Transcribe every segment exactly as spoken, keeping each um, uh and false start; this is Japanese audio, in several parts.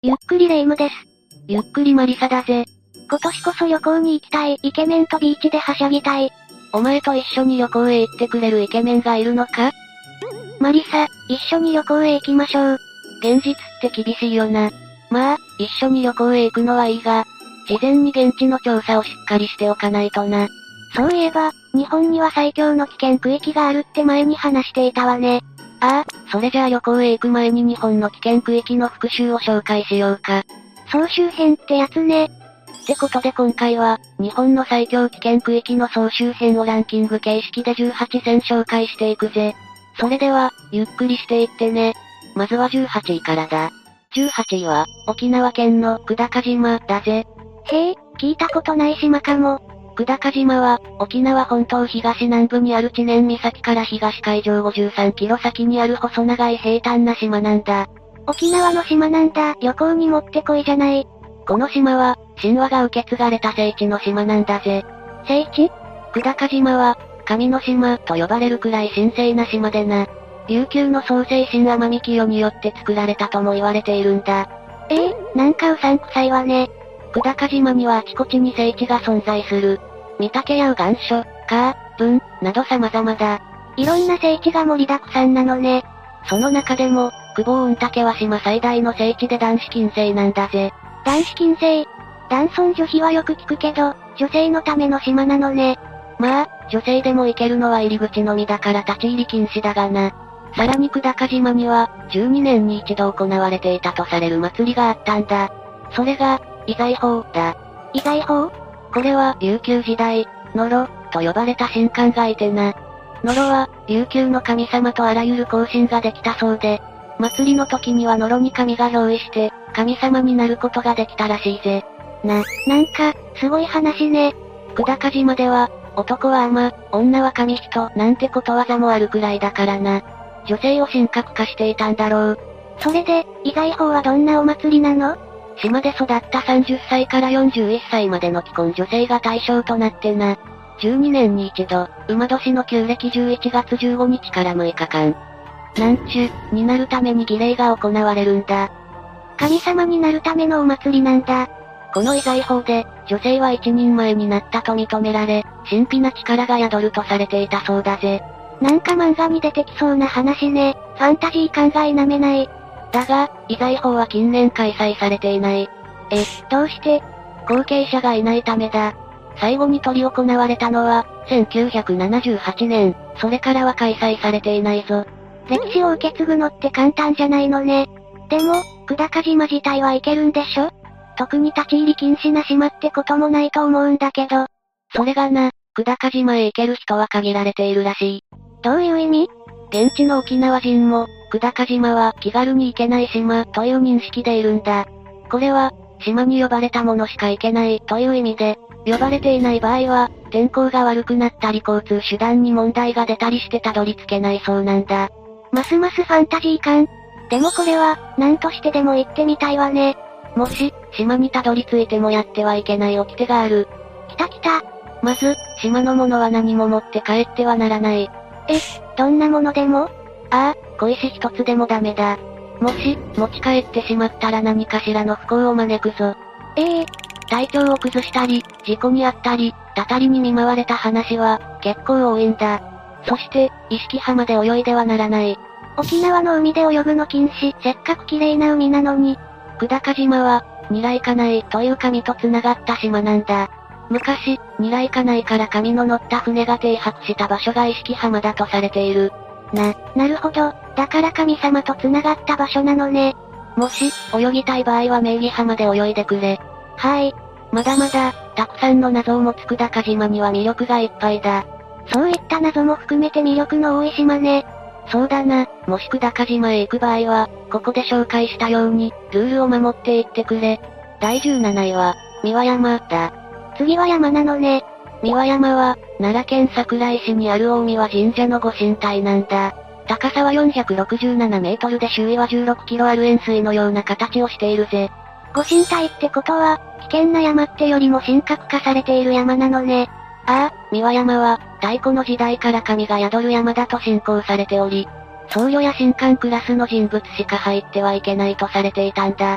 ゆっくりレ夢ムです。 ゆっくりマリサだぜ。 今年こそ旅行に行きたい、イケメンとビーチではしゃぎたい。 お前と一緒に旅行へ行ってくれるイケメンがいるのか？ マリサ、一緒に旅行へ行きましょう。 現実って厳しいよな。まあ、一緒に旅行へ行くのはいいが、事前に現地の調査をしっかりしておかないとな。 そういえば、日本には最強の危険区域があるって前に話していたわね。 ああ、それじゃあ旅行へ行く前に日本の危険区域の復習を紹介しようか。 総集編ってやつね。 ってことで今回は、日本の最強危険区域の総集編をランキング形式でじゅうはちせん紹介していくぜ。それでは、ゆっくりしていってね。まずはじゅうはちいからだ。じゅうはちいは、沖縄県の久高島だぜ。 へえ、聞いたことない島かも。 久高島は、沖縄本島東南部にある知念岬から東海上ごじゅうさんキロ先にある細長い平坦な島なんだ。 沖縄の島なんだ、旅行にもってこいじゃない。 この島は、神話が受け継がれた聖地の島なんだぜ。 聖地？ 久高島は、神の島と呼ばれるくらい神聖な島でな。琉球の創世神天海清によって作られたとも言われているんだ。 ええー、なんかうさんくさいわね。 久高島にはあちこちに聖地が存在する。御嶽や願書、カー、文、など様々だ。 いろんな聖地が盛りだくさんなのね。 その中でも、久保御嶽は島最大の聖地で男子禁制なんだぜ。 男子禁制？男尊女卑はよく聞くけど、女性のための島なのね。 まあ、女性でも行けるのは入り口のみだから立ち入り禁止だがな。さらに久高島には、じゅうにねんに一度行われていたとされる祭りがあったんだ。それが、遺財法だ。 遺財法？ これは、琉球時代、ノロ、と呼ばれた神官がいてな。ノロは、琉球の神様とあらゆる交信ができたそうで、祭りの時にはノロに神が憑依して、神様になることができたらしいぜ。 な、なんか、すごい話ね。 久高島では、男は尼、女は神人なんてことわざもあるくらいだからな。女性を神格化していたんだろう。 それで、遺財法はどんなお祭りなの？ 島で育ったさんじゅっさいからよんじゅういっさいまでの既婚女性が対象となってな。じゅうにねんに一度、馬年の旧暦じゅういちがつじゅうごにちからむいかかん。南中、になるために儀礼が行われるんだ。 神様になるためのお祭りなんだ。 この遺財法で、女性は一人前になったと認められ、神秘な力が宿るとされていたそうだぜ。 なんか漫画に出てきそうな話ね。ファンタジー感が否めない。 だが、遺財法は近年開催されていない。 え、どうして？ 後継者がいないためだ。最後に執り行われたのは、せんきゅうひゃくななじゅうはちねん、それからは開催されていないぞ。 歴史を受け継ぐのって簡単じゃないのね。でも、久高島自体は行けるんでしょ？特に立ち入り禁止な島ってこともないと思うんだけど。 それがな、久高島へ行ける人は限られているらしい。 どういう意味？ 現地の沖縄人も、久高島は気軽に行けない島という認識でいるんだ。これは、島に呼ばれた者しか行けないという意味で、呼ばれていない場合は、天候が悪くなったり交通手段に問題が出たりしてたどり着けないそうなんだ。 ますますファンタジー感。でもこれは、何としてでも行ってみたいわね。 もし、島にたどり着いてもやってはいけない掟がある。 来た来た。 まず、島のものは何も持って帰ってはならない。 え、どんなものでも？ ああ、小石一つでもダメだ。もし、持ち帰ってしまったら何かしらの不幸を招くぞ。 ええー、 体調を崩したり、事故にあったり、たたりに見舞われた話は、結構多いんだ。そして、意識浜で泳いではならない。 沖縄の海で泳ぐの禁止、せっかく綺麗な海なのに。 久高島は、ニライカナイという神と繋がった島なんだ。昔、ニライカナイから神の乗った船が停泊した場所が意識浜だとされている。 な、なるほど。だから神様と繋がった場所なのね。 もし、泳ぎたい場合は名義浜で泳いでくれ。 はい。 まだまだ、たくさんの謎を持つ久高島には魅力がいっぱいだ。 そういった謎も含めて魅力の多い島ね。 そうだな、もし久高島へ行く場合は、ここで紹介したように、ルールを守っていってくれ。だいじゅうなないは、三輪山だ。 次は山なのね。 三輪山は、奈良県桜井市にある大三輪神社のご神体なんだ。高さはよんひゃくろくじゅうななメートルで周囲はじゅうろくキロある円錐のような形をしているぜ。 ご神体ってことは、危険な山ってよりも神格化されている山なのね。 ああ、三輪山は、太古の時代から神が宿る山だと信仰されており、僧侶や神官クラスの人物しか入ってはいけないとされていたんだ。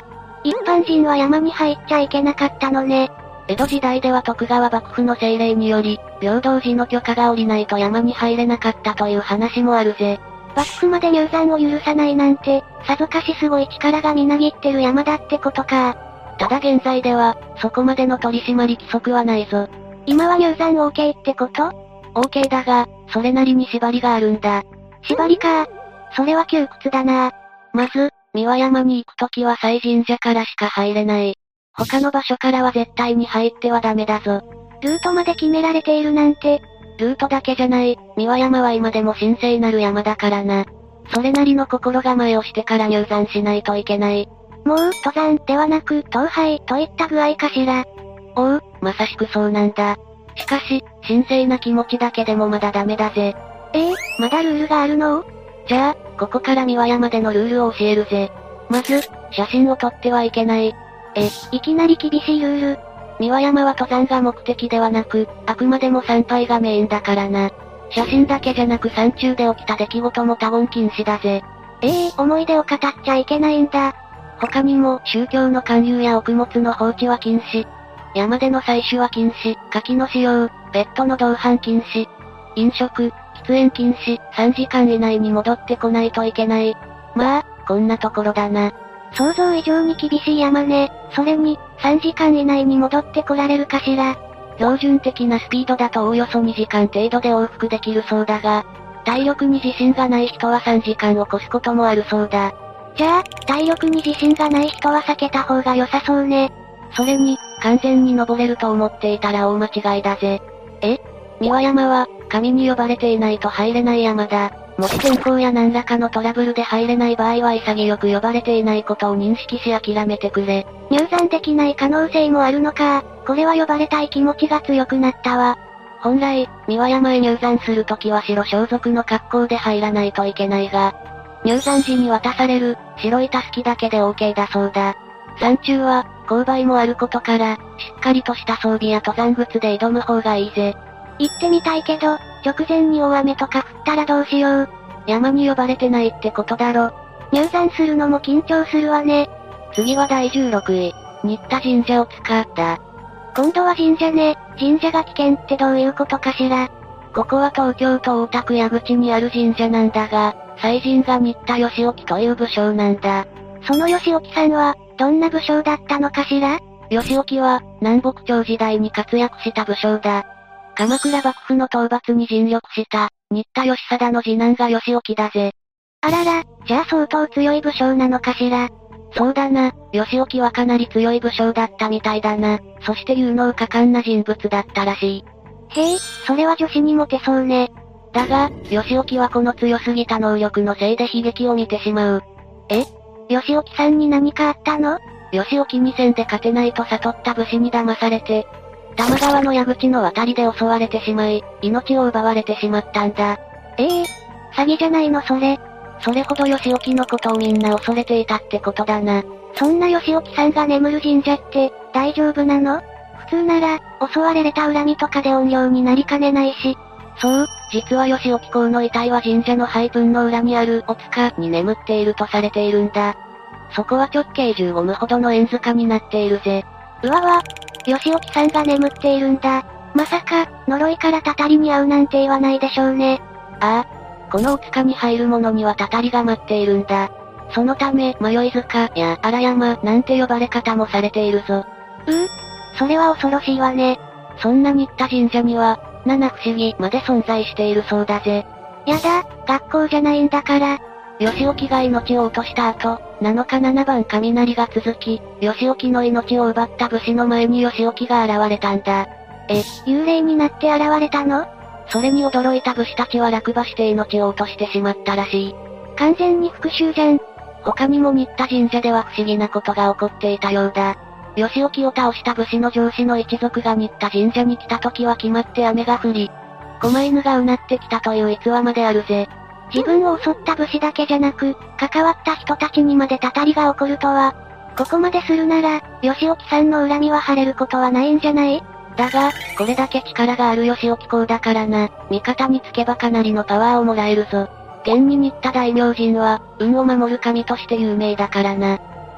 一般人は山に入っちゃいけなかったのね。 江戸時代では徳川幕府の政令により、平等寺の許可が下りないと山に入れなかったという話もあるぜ。 幕府まで入山を許さないなんて、さぞかしすごい力がみなぎってる山だってことか。 ただ現在では、そこまでの取締り規則はないぞ。 今は入山 OK ってこと？ OK だが、それなりに縛りがあるんだ。 縛りか。それは窮屈だな。 まず、三輪山に行くときは西神社からしか入れない。他の場所からは絶対に入ってはダメだぞ。 ルートまで決められているなんて。 ルートだけじゃない、三輪山は今でも神聖なる山だからな。それなりの心構えをしてから入山しないといけない。 もう、登山ではなく、登拝といった具合かしら。 おう、まさしくそうなんだ。しかし、神聖な気持ちだけでもまだダメだぜ。 ええー、まだルールがあるの？ じゃあ、ここから三輪山でのルールを教えるぜ。まず、写真を撮ってはいけない。 え、いきなり厳しいルール。 三輪山は登山が目的ではなく、あくまでも参拝がメインだからな。写真だけじゃなく山中で起きた出来事も他言禁止だぜ。 ええー、思い出を語っちゃいけないんだ。 他にも、宗教の勧誘や穀物の放置は禁止。山での採取は禁止、火器の使用、ペットの同伴禁止。飲食、喫煙禁止、さんじかん以内に戻ってこないといけない。まあ、こんなところだな。 想像以上に厳しい山ね。それに、さんじかん以内に戻ってこられるかしら。 標準的なスピードだとおおよそにじかん程度で往復できるそうだが、体力に自信がない人はさんじかんを越すこともあるそうだ。 じゃあ、体力に自信がない人は避けた方が良さそうね。 それに、完全に登れると思っていたら大間違いだぜ。え？三輪山は、神に呼ばれていないと入れない山だ。もし天候や何らかのトラブルで入れない場合は潔く呼ばれていないことを認識し諦めてくれ。 入山できない可能性もあるのか。これは呼ばれたい気持ちが強くなったわ。 本来、三輪山へ入山するときは白装束の格好で入らないといけないが、入山時に渡される、白いタスキだけで OK だそうだ。山中は、勾配もあることから、しっかりとした装備や登山靴で挑む方がいいぜ。 行ってみたいけど、直前に大雨とか降ったらどうしよう。 山に呼ばれてないってことだろ。 入山するのも緊張するわね。 次はだいじゅうろくい、新田神社を使った。 今度は神社ね。神社が危険ってどういうことかしら。 ここは東京都大田区矢口にある神社なんだが、祭神が新田義興という武将なんだ。 その義興さんは、どんな武将だったのかしら？ 義興は、南北朝時代に活躍した武将だ。鎌倉幕府の討伐に尽力した、新田義貞の次男が義興だぜ。 あらら、じゃあ相当強い武将なのかしら。 そうだな、義興はかなり強い武将だったみたいだな。そして有能果敢な人物だったらしい。 へえ、それは女子にモテそうね。 だが、義興はこの強すぎた能力のせいで悲劇を見てしまう。 え？義興さんに何かあったの？ 義興に戦で勝てないと悟った武士に騙されて、多摩川の矢口の渡りで襲われてしまい、命を奪われてしまったんだ。 ええ、詐欺じゃないのそれ。 それほど義興のことをみんな恐れていたってことだな。 そんな義興さんが眠る神社って、大丈夫なの？普通なら、襲われれた恨みとかで怨霊になりかねないし。 そう、実は義興公の遺体は神社の廃墳の裏にあるお塚に眠っているとされているんだ。そこは直径じゅうごムほどの円塚になっているぜ。 うわわ、義興さんが眠っているんだ。まさか、呪いからたたりに遭うなんて言わないでしょうね。 ああ、このお塚に入る者にはたたりが待っているんだ。そのため、迷い塚や荒山なんて呼ばれ方もされているぞ。 うぅ、それは恐ろしいわね。 そんな新田神社には、七不思議まで存在しているそうだぜ。 やだ、学校じゃないんだから。 義興が命を落とした後、なのかななばん雷が続き、義興の命を奪った武士の前に義興が現れたんだ。 え、幽霊になって現れたの？ それに驚いた武士たちは落馬して命を落としてしまったらしい。 完全に復讐じゃん。 他にも新田神社では不思議なことが起こっていたようだ。義興を倒した武士の上司の一族が新田神社に来た時は決まって雨が降り、狛犬がうなってきたという逸話まであるぜ。 自分を襲った武士だけじゃなく、関わった人たちにまでたたりが起こるとは。ここまでするなら、義興さんの恨みは晴れることはないんじゃない？ だが、これだけ力がある義興公だからな、味方につけばかなりのパワーをもらえるぞ。現に新田大明神は、運を守る神として有名だからな。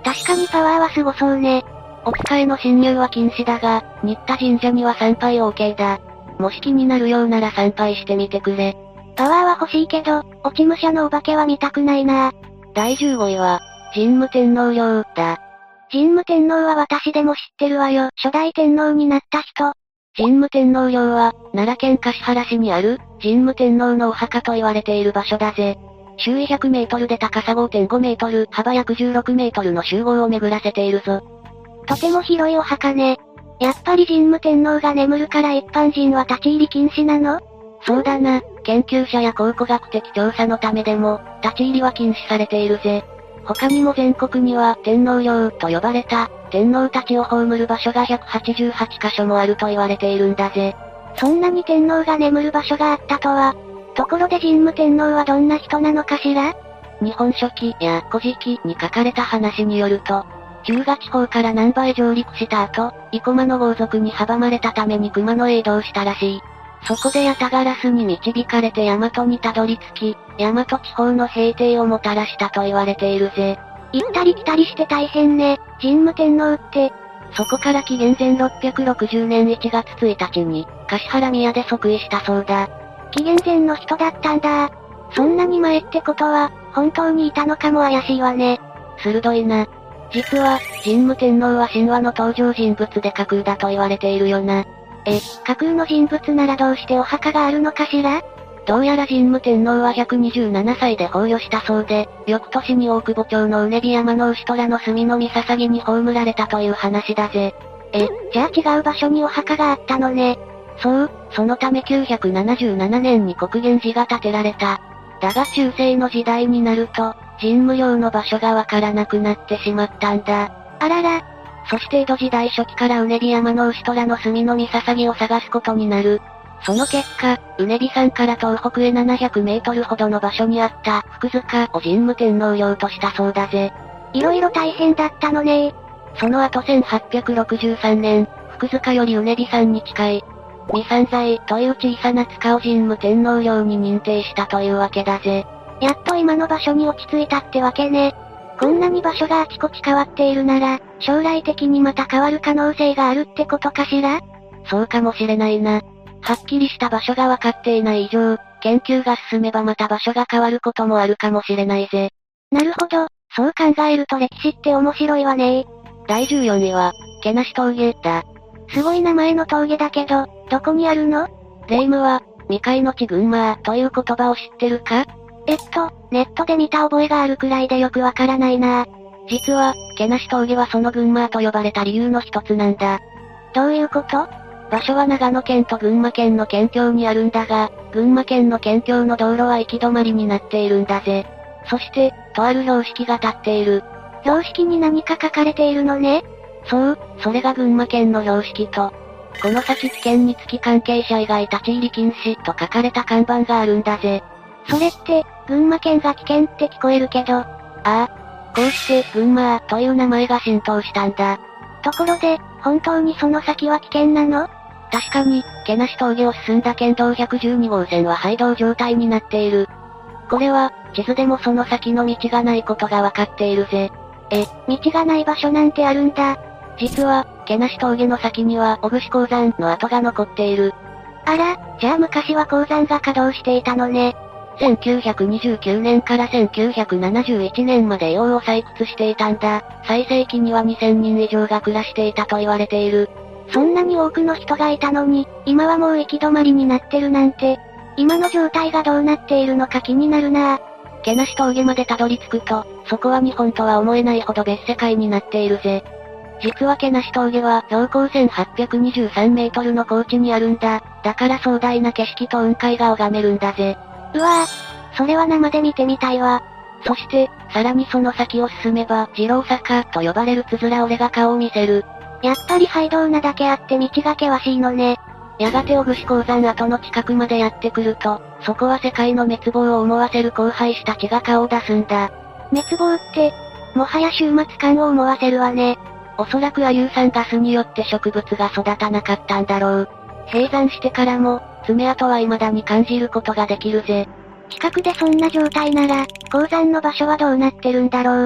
確かにパワーはすごそうね。 奥家への侵入は禁止だが、新田神社には参拝 OK だ。もし気になるようなら参拝してみてくれ。 パワーは欲しいけど、落ち武者のお化けは見たくないな。 だいじゅうごいは、神武天皇陵だ。 神武天皇は私でも知ってるわよ。初代天皇になった人。 神武天皇陵は、奈良県橿原市にある、神武天皇のお墓と言われている場所だぜ。周囲ひゃくメートルで高さ ごてんごメートル、幅約じゅうろくメートルの集合を巡らせているぞ。 とても広いお墓ね。やっぱり神武天皇が眠るから一般人は立ち入り禁止なの？ そうだな、研究者や考古学的調査のためでも、立ち入りは禁止されているぜ。他にも全国には天皇陵と呼ばれた、天皇たちを葬る場所がひゃくはちじゅうはちかしょもあると言われているんだぜ。 そんなに天皇が眠る場所があったとは。ところで神武天皇はどんな人なのかしら？ 日本書紀や古事記に書かれた話によると、中賀地方から南波へ上陸した後、生駒の豪族に阻まれたために熊野へ移動したらしい。そこでヤタガラスに導かれて大和にたどり着き、大和地方の平定をもたらしたと言われているぜ。 行ったり来たりして大変ね、神武天皇って。 そこから紀元前ろっぴゃくろくじゅうねんいちがつついたちに、橿原宮で即位したそうだ。 紀元前の人だったんだ。そんなに前ってことは、本当にいたのかも怪しいわね。 鋭いな。実は、神武天皇は神話の登場人物で架空だと言われているよな。 え、架空の人物ならどうしてお墓があるのかしら？ どうやら神武天皇はひゃくにじゅうななさいで崩御したそうで、翌年に大久保町のうねび山の牛虎の隅の見捧ぎに葬られたという話だぜ。 え、じゃあ違う場所にお墓があったのね。 そう、そのためきゅうひゃくななじゅうななねんに国元寺が建てられた。だが中世の時代になると、神武陵の場所がわからなくなってしまったんだ。 あらら。 そして江戸時代初期からうねび山の牛虎の隅の見捧ぎを探すことになる。その結果、うねび山から東北へななひゃくメートルほどの場所にあった福塚を神武天皇陵としたそうだぜ。 いろいろ大変だったのね。 その後せんはっぴゃくろくじゅうさんねん、福塚よりうねび山に近い、三山財という小さな塚を神武天皇陵に認定したというわけだぜ。 やっと今の場所に落ち着いたってわけね。こんなに場所があちこち変わっているなら、将来的にまた変わる可能性があるってことかしら？ そうかもしれないな。はっきりした場所がわかっていない以上、研究が進めばまた場所が変わることもあるかもしれないぜ。 なるほど、そう考えると歴史って面白いわね。 だいじゅうよんいは、けなし峠だ。 すごい名前の峠だけど、どこにあるの？ 霊夢は、未開の地群馬という言葉を知ってるか？ えっと、ネットで見た覚えがあるくらいでよくわからないな。 実は、けなし峠はその群馬と呼ばれた理由の一つなんだ。 どういうこと？ 場所は長野県と群馬県の県境にあるんだが、群馬県の県境の道路は行き止まりになっているんだぜ。そして、とある標識が立っている。 標識に何か書かれているのね。 そう、それが群馬県の標識と、この先危険につき関係者以外立ち入り禁止と書かれた看板があるんだぜ。 それって、群馬県が危険って聞こえるけど。 ああ。こうして、群馬という名前が浸透したんだ。 ところで、本当にその先は危険なの？ 確かに、けなし峠を進んだ県道ひゃくじゅうにごうせんは廃道状態になっている。これは、地図でもその先の道がないことがわかっているぜ。 え、道がない場所なんてあるんだ。 実は、けなし峠の先には、小串鉱山の跡が残っている。 あら、じゃあ昔は鉱山が稼働していたのね。 せんきゅうひゃくにじゅうきゅうねんからせんきゅうひゃくななじゅういちねんまで硫黄を採掘していたんだ。最盛期にはにせんにん以上が暮らしていたと言われている。 そんなに多くの人がいたのに、今はもう行き止まりになってるなんて、今の状態がどうなっているのか気になるなぁ。 けなし峠までたどり着くと、そこは日本とは思えないほど別世界になっているぜ。実はけなし峠は標高せんはっぴゃくにじゅうさんメートルの高地にあるんだ。だから壮大な景色と雲海が拝めるんだぜ。 うわぁ、それは生で見てみたいわ。 そして、さらにその先を進めば、二郎坂と呼ばれるつづら折れが顔を見せる。 やっぱり廃道なだけあって道が険しいのね。 やがて小串鉱山跡の近くまでやってくると、そこは世界の滅亡を思わせる荒廃した地が顔を出すんだ。 滅亡って、もはや終末感を思わせるわね。 おそらく亜硫酸ガスによって植物が育たなかったんだろう。閉山してからも、爪痕は未だに感じることができるぜ。 近くでそんな状態なら、鉱山の場所はどうなってるんだろう。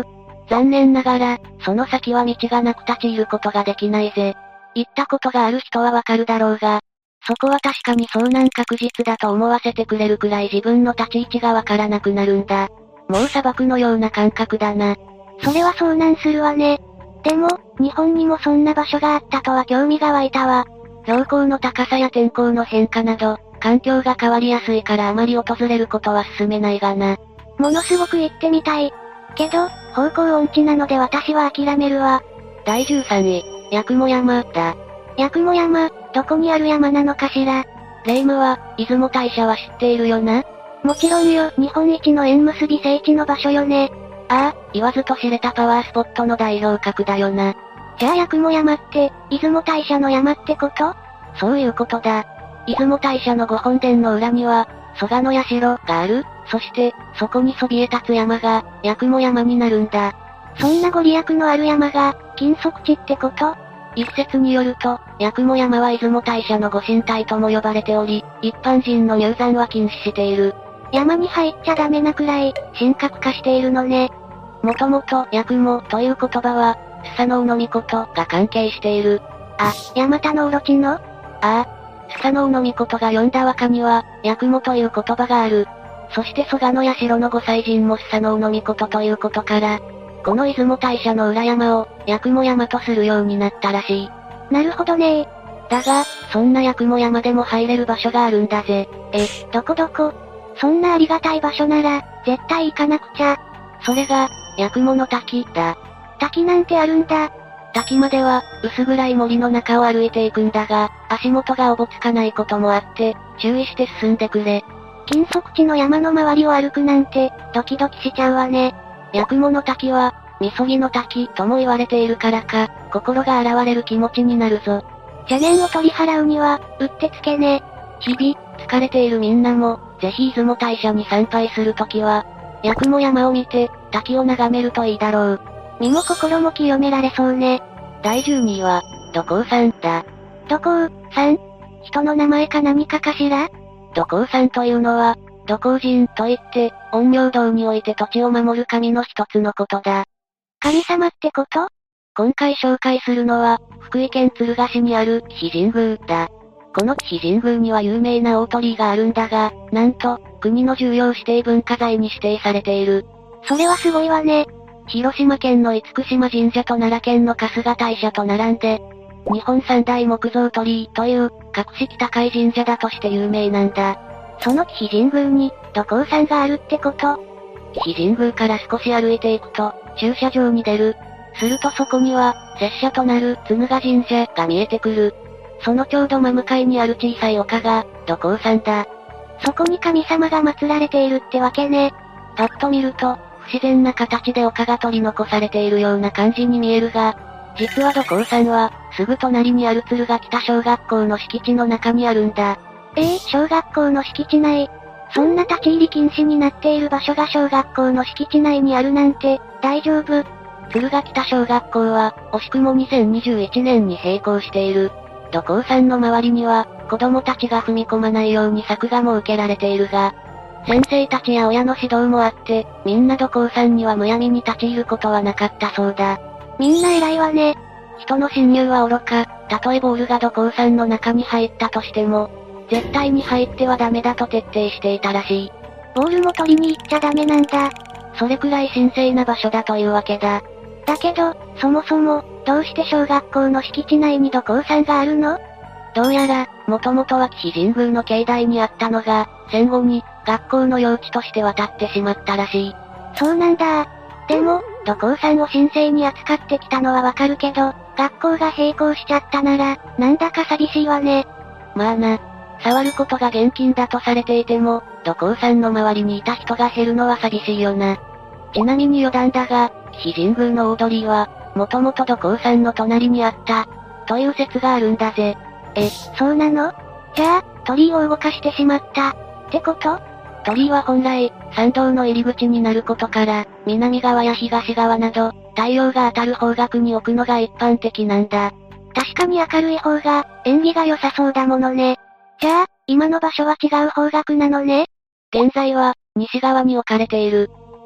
残念ながら、その先は道がなく立ち入ることができないぜ。行ったことがある人はわかるだろうが、そこは確かに遭難確実だと思わせてくれるくらい自分の立ち位置がわからなくなるんだ。もう砂漠のような感覚だな。 それは遭難するわね。でも、日本にもそんな場所があったとは興味が湧いたわ。 標高の高さや天候の変化など、環境が変わりやすいからあまり訪れることは進めないがな。 ものすごく行ってみたい。けど、方向音痴なので私は諦めるわ。 だいじゅうさんい、八雲山、だ。 八雲山、どこにある山なのかしら。 霊夢は、出雲大社は知っているよな？ もちろんよ、日本一の縁結び聖地の場所よね。 ああ、言わずと知れたパワースポットの代表格だよな。 じゃあ八雲山って、出雲大社の山ってこと？ そういうことだ。出雲大社の御本殿の裏には、蘇我の社がある。そして、そこにそびえ立つ山が、八雲山になるんだ。 そんなご利益のある山が、禁足地ってこと？ 一説によると、八雲山は出雲大社のご神体とも呼ばれており、一般人の入山は禁止している。 山に入っちゃダメなくらい、神格化しているのね。 もともと、八雲という言葉は、スサノオノミコトが関係している。 あ、ヤマタノオロチの？ ああ。スサノオノミコトが読んだ和歌には、八雲という言葉がある。そして蘇我の社のご祭神もスサノオノミコトということから、この出雲大社の裏山を、八雲山とするようになったらしい。 なるほどねー。 だが、そんな八雲山でも入れる場所があるんだぜ。 え、どこどこ？そんなありがたい場所なら、絶対行かなくちゃ。 それが、八雲の滝、だ。 滝なんてあるんだ。 滝までは、薄暗い森の中を歩いていくんだが、足元がおぼつかないこともあって、注意して進んでくれ。 禁足地の山の周りを歩くなんて、ドキドキしちゃうわね。 八雲の滝は、みそぎの滝とも言われているからか、心が洗われる気持ちになるぞ。 邪念を取り払うには、うってつけね。 日々、疲れているみんなも、ぜひ出雲大社に参拝するときは、八雲山を見て、滝を眺めるといいだろう。 身も心も清められそうね。 だいじゅうにいは、土光山だ。 土光山？人の名前か何かかしら？ 土光山というのは、土光神といって、陰陽道において土地を守る神の一つのことだ。 神様ってこと？ 今回紹介するのは、福井県敦賀市にある紀比神宮だ。この紀比神宮には有名な大鳥居があるんだが、なんと、国の重要指定文化財に指定されている。 それはすごいわね。 広島県の厳島神社と奈良県の春日大社と並んで、日本三大木造鳥居という、格式高い神社だとして有名なんだ。 その紀比神宮に、土光山があるってこと？ 紀比神宮から少し歩いていくと、駐車場に出る。するとそこには、拙者となる敦賀神社が見えてくる。そのちょうど真向かいにある小さい丘が、土光山だ。 そこに神様が祀られているってわけね。 パッと見ると、不自然な形で丘が取り残されているような感じに見えるが、実は土光山は、すぐ隣にある敦賀北小学校の敷地の中にあるんだ。 ええー、小学校の敷地内。そんな立ち入り禁止になっている場所が小学校の敷地内にあるなんて、大丈夫？ 敦賀北小学校は、惜しくもにせんにじゅういちねんに閉校している。土光山の周りには、子供たちが踏み込まないように柵が設けられているが、先生たちや親の指導もあって、みんな土光山にはむやみに立ち入ることはなかったそうだ。 みんな偉いわね。 人の侵入は愚か、たとえボールが土光山の中に入ったとしても、絶対に入ってはダメだと徹底していたらしい。 ボールも取りに行っちゃダメなんだ。 それくらい神聖な場所だというわけだ。 だけど、そもそも、どうして小学校の敷地内に土光山があるの？ どうやら、もともとは紀比神宮の境内にあったのが、戦後に、学校の用地として渡ってしまったらしい。 そうなんだ。でも、土光山を神聖に扱ってきたのはわかるけど、学校が閉校しちゃったなら、なんだか寂しいわね。 まあな。触ることが厳禁だとされていても、土光山の周りにいた人が減るのは寂しいよな。ちなみに余談だが、紀比神宮の大鳥居は、もともと土光山の隣にあった、という説があるんだぜ。 え、そうなの？じゃあ、鳥居を動かしてしまった、ってこと？ 鳥居は本来、参道の入り口になることから、南側や東側など、太陽が当たる方角に置くのが一般的なんだ。 確かに明るい方が、縁起が良さそうだものね。じゃあ、今の場所は違う方角なのね？ 現在は、西側に置かれている。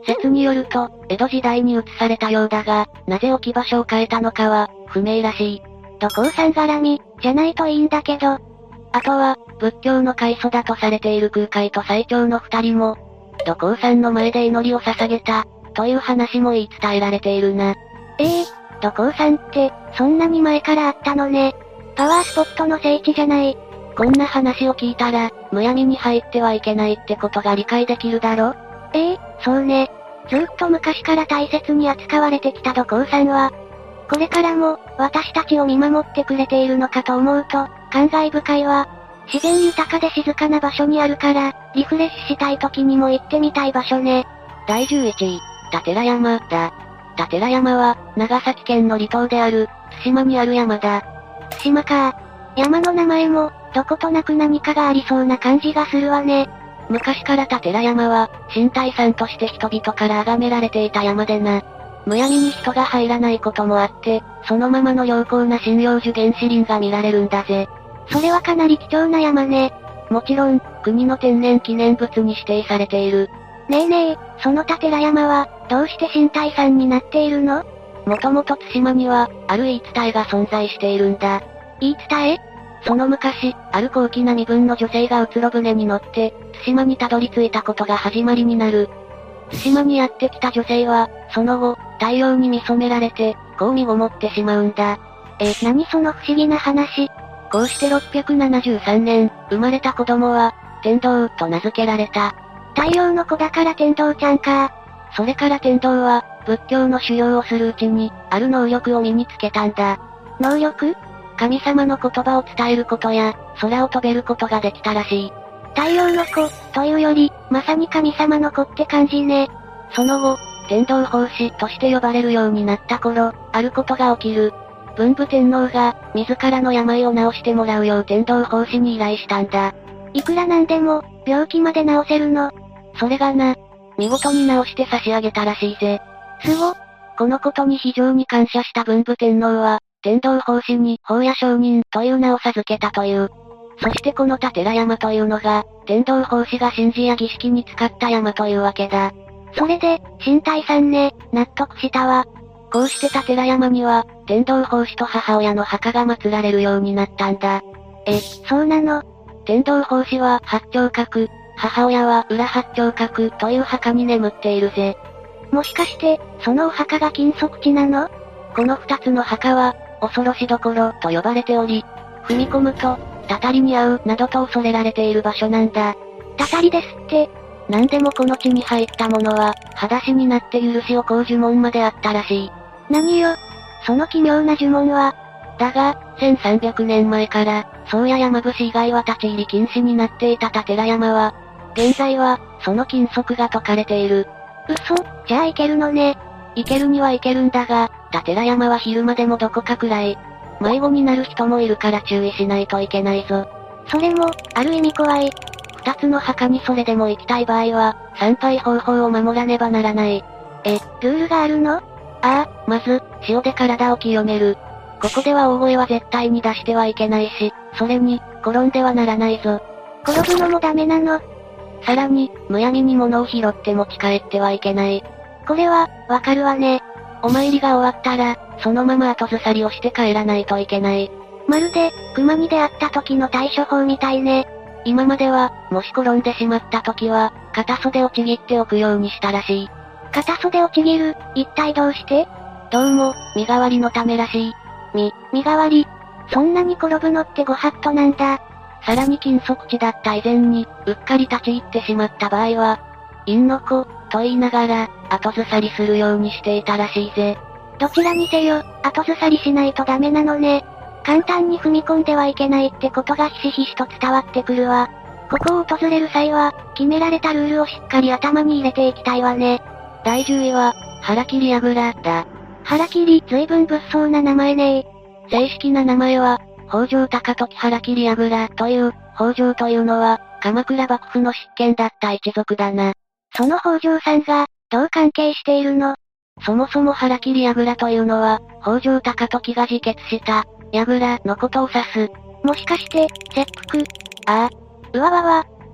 説によると、江戸時代に移されたようだが、なぜ置き場所を変えたのかは、不明らしい。 土工さん絡み、じゃないといいんだけど。 あとは、仏教の開祖だとされている空海と最澄の二人も、土工さんの前で祈りを捧げた、という話も言い伝えられているな。 ええー、土工さんって、そんなに前からあったのね。パワースポットの聖地じゃない。 こんな話を聞いたら、むやみに入ってはいけないってことが理解できるだろ？ ええー、そうね。ずっと昔から大切に扱われてきた土工さんは、これからも、私たちを見守ってくれているのかと思うと、感慨深いわ。自然豊かで静かな場所にあるから、リフレッシュしたい時にも行ってみたい場所ね。 だいじゅういちい、立良山だ。立良山は、長崎県の離島である、対馬にある山だ。 対馬か。山の名前も、どことなく何かがありそうな感じがするわね。 昔から立良山は、神体山として人々から崇められていた山でな。むやみに人が入らないこともあって、そのままの良好な針葉樹原始林が見られるんだぜ。 それはかなり貴重な山ね。 もちろん、国の天然記念物に指定されている。 ねえねえ、その立良山は、どうして神体山になっているの？ もともと対馬には、ある言い伝えが存在しているんだ。 言い伝え？ その昔、ある高貴な身分の女性がうつろ船に乗って、対馬にたどり着いたことが始まりになる。対馬にやってきた女性は、その後、太陽に見染められて、こう身ごもってしまうんだ。 え、何その不思議な話。 こうしてろっぴゃくななじゅうさんねん、生まれた子供は、天道と名付けられた。 太陽の子だから天道ちゃんか。 それから天道は、仏教の修行をするうちに、ある能力を身につけたんだ。 能力？ 神様の言葉を伝えることや、空を飛べることができたらしい。 太陽の子、というより、まさに神様の子って感じね。 その後、天道法師として呼ばれるようになった頃、あることが起きる。文武天皇が、自らの病を治してもらうよう天道法師に依頼したんだ。 いくらなんでも、病気まで治せるの？ それがな、見事に治して差し上げたらしいぜ。 すご。 このことに非常に感謝した文武天皇は、天道法師に、法や上人という名を授けたという。そしてこの立良山というのが、天道法師が神事や儀式に使った山というわけだ。 それで、神体さんね、納得したわ。 こうして立良山には、天道法師と母親の墓が祀られるようになったんだ。 え、そうなの？ 天道法師は八丁閣、母親は裏八丁閣という墓に眠っているぜ。 もしかして、そのお墓が禁足地なの？ この二つの墓は、恐ろしどころと呼ばれており、踏み込むと、たたりに遭うなどと恐れられている場所なんだ。 たたりですって。 なんでもこの地に入った者は、裸足になって許しを請う呪文まであったらしい。 何よ？その奇妙な呪文は。 だが、せんさんびゃくねんまえから、宗谷山伏以外は立ち入り禁止になっていた立良山は、現在は、その禁則が解かれている。 嘘？じゃあ行けるのね。 行けるには行けるんだが、立良山は昼間でもどこか暗い。迷子になる人もいるから注意しないといけないぞ。 それも、ある意味怖い。 二つの墓にそれでも行きたい場合は、参拝方法を守らねばならない。 え、ルールがあるの？ ああ、まず、塩で体を清める。ここでは大声は絶対に出してはいけないし、それに、転んではならないぞ。 転ぶのもダメなの？ さらに、むやみに物を拾って持ち帰ってはいけない。 これは、わかるわね。 お参りが終わったら、そのまま後ずさりをして帰らないといけない。 まるで、熊に出会った時の対処法みたいね。 今までは、もし転んでしまった時は、片袖をちぎっておくようにしたらしい。 片袖をちぎる、一体どうして？ どうも、身代わりのためらしい。 み、身代わり？そんなに転ぶのってご法度なんだ。 さらに禁足地だった以前に、うっかり立ち入ってしまった場合は、陰の子、と言いながら、後ずさりするようにしていたらしいぜ。 どちらにせよ、後ずさりしないとダメなのね。簡単に踏み込んではいけないってことがひしひしと伝わってくるわ。ここを訪れる際は、決められたルールをしっかり頭に入れていきたいわね。 だいじゅういは、腹切り櫓だ。 腹切り、随分物騒な名前ねー。正式な名前は、北条高時腹切り櫓という、北条というのは、鎌倉幕府の執権だった一族だな。 その北条さんが、どう関係しているの？ そもそも腹切り櫓というのは、北条高時が自決した、櫓のことを指す。 もしかして、切腹？ ああ。 うわわわ。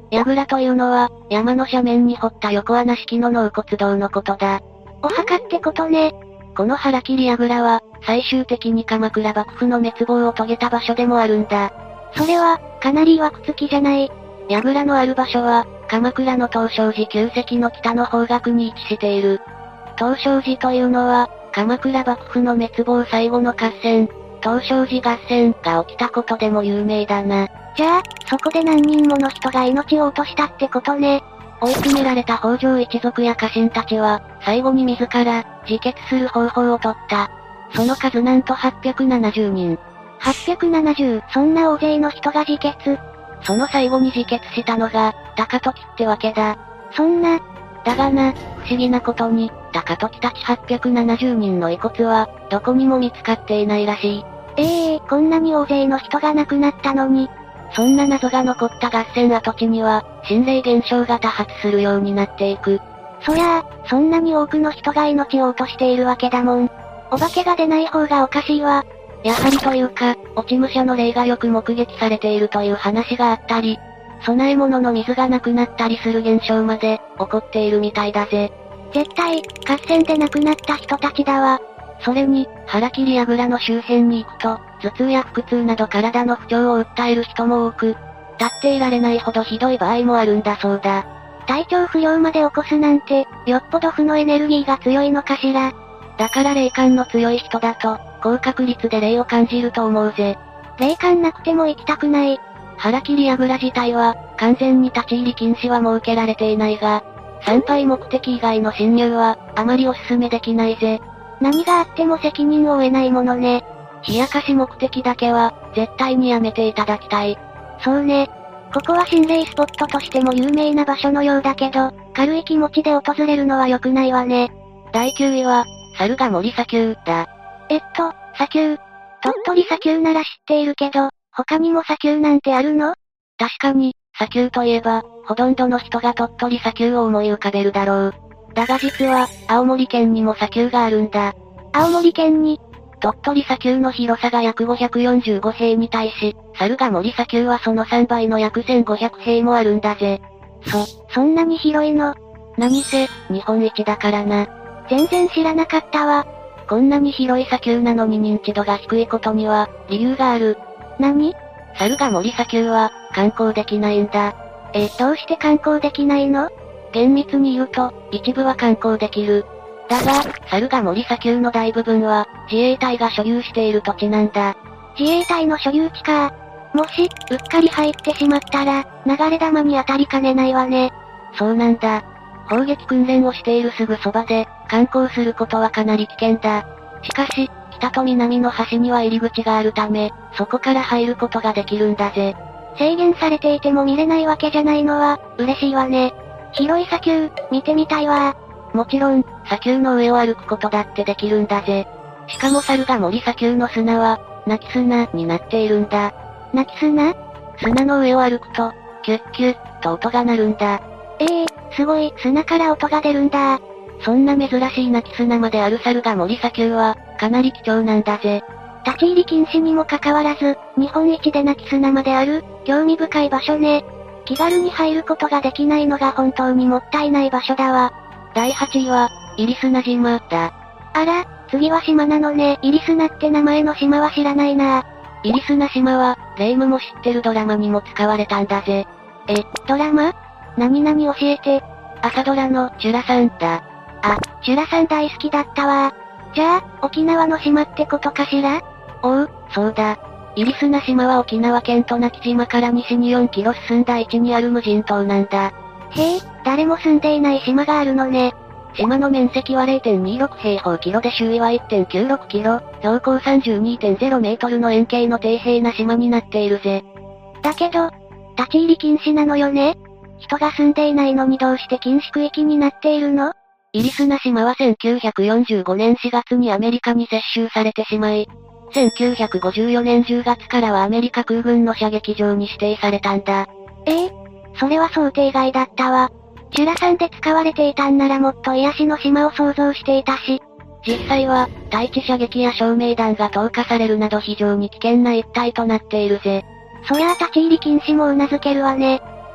櫓というのは、山の斜面に掘った横穴式の納骨堂のことだ。 お墓ってことね。 この腹切り櫓は、最終的に鎌倉幕府の滅亡を遂げた場所でもあるんだ。 それは、かなり曰くつきじゃない。 櫓のある場所は、鎌倉の東照寺旧跡の北の方角に位置している。東照寺というのは、鎌倉幕府の滅亡最後の合戦、東照寺合戦が起きたことでも有名だな。 じゃあ、そこで何人もの人が命を落としたってことね。 追い詰められた北条一族や家臣たちは、最後に自ら、自決する方法を取った。その数なんとはっぴゃくななじゅうにん。 はっぴゃくななじゅう、そんな大勢の人が自決。 その最後に自決したのが、高時ってわけだ。 そんな。 だがな、不思議なことに、高時たちはっぴゃくななじゅうにんの遺骨は、どこにも見つかっていないらしい。 ええー、こんなに大勢の人が亡くなったのに。 そんな謎が残った合戦跡地には、心霊現象が多発するようになっていく。 そりゃあ、そんなに多くの人が命を落としているわけだもん。お化けが出ない方がおかしいわ。 やはりというか、落ち武者の霊がよく目撃されているという話があったり、供え物の水がなくなったりする現象まで、起こっているみたいだぜ。 絶対、合戦で亡くなった人たちだわ。 それに、腹切り櫓の周辺に行くと、頭痛や腹痛など体の不調を訴える人も多く、立っていられないほどひどい場合もあるんだそうだ。 体調不良まで起こすなんて、よっぽど負のエネルギーが強いのかしら。 だから霊感の強い人だと、高確率で霊を感じると思うぜ。 霊感なくても行きたくない。 腹切り櫓自体は、完全に立ち入り禁止は設けられていないが、参拝目的以外の侵入は、あまりお勧めできないぜ。 何があっても責任を負えないものね。 冷やかし目的だけは、絶対にやめていただきたい。 そうね。ここは心霊スポットとしても有名な場所のようだけど、軽い気持ちで訪れるのは良くないわね。 だいきゅういは、猿ヶ森砂丘だ。 えっと、砂丘。鳥取砂丘なら知っているけど、他にも砂丘なんてあるの？ 確かに、砂丘といえば、ほとんどの人が鳥取砂丘を思い浮かべるだろう。だが実は、青森県にも砂丘があるんだ。 青森県に？ 鳥取砂丘の広さが約ごひゃくよんじゅうごへいに対し、猿ヶ森砂丘はそのさんばいの約せんごひゃくへいもあるんだぜ。 そ、そんなに広いの？ 何せ、日本一だからな。 全然知らなかったわ。 こんなに広い砂丘なのに認知度が低いことには、理由がある。 何？ 猿ヶ森砂丘は、観光できないんだ。 え、どうして観光できないの？ 厳密に言うと、一部は観光できる。だが、猿ヶ森砂丘の大部分は、自衛隊が所有している土地なんだ。 自衛隊の所有地か。もし、うっかり入ってしまったら、流れ弾に当たりかねないわね。 そうなんだ。砲撃訓練をしているすぐそばで、観光することはかなり危険だ。しかし、北と南の端には入り口があるため、そこから入ることができるんだぜ。 制限されていても見れないわけじゃないのは、嬉しいわね。広い砂丘、見てみたいわ。 もちろん、砂丘の上を歩くことだってできるんだぜ。しかも猿ヶ森砂丘の砂は、泣き砂になっているんだ。 泣き砂？ 砂の上を歩くと、キュッキュッと音が鳴るんだ。 ええー、すごい、砂から音が出るんだ。 そんな珍しい泣き砂まである猿ヶ森砂丘は、かなり貴重なんだぜ。 立ち入り禁止にもかかわらず、日本一で泣き砂まである、興味深い場所ね。気軽に入ることができないのが本当にもったいない場所だわ。 だいはちいは、入砂島だ。 あら、次は島なのね。入砂って名前の島は知らないな。 入砂島は、霊夢も知ってるドラマにも使われたんだぜ。 え、ドラマ？何々教えて。 朝ドラの、チュラさんだ。 あ、チュラさん大好きだったわ。じゃあ、沖縄の島ってことかしら？ おう、そうだ。入砂島は沖縄県渡名喜島から西によんキロ進んだ位置にある無人島なんだ。 へえ、誰も住んでいない島があるのね。 島の面積は れいてんにろくへいほうキロで周囲は いってんきゅうろくキロ、標高 さんじゅうにてんゼロメートルの円形の底辺な島になっているぜ。 だけど、立ち入り禁止なのよね？人が住んでいないのにどうして禁止区域になっているの？ 入砂島はせんきゅうひゃくよんじゅうごねんしがつにアメリカに接収されてしまい、せんきゅうひゃくごじゅうよねんじゅうがつからはアメリカ空軍の射撃場に指定されたんだ。 ええ、それは想定外だったわ。チュラさんで使われていたんならもっと癒しの島を想像していたし。 実際は、対地射撃や照明弾が投下されるなど非常に危険な一帯となっているぜ。 そりゃあ立ち入り禁止も頷けるわね。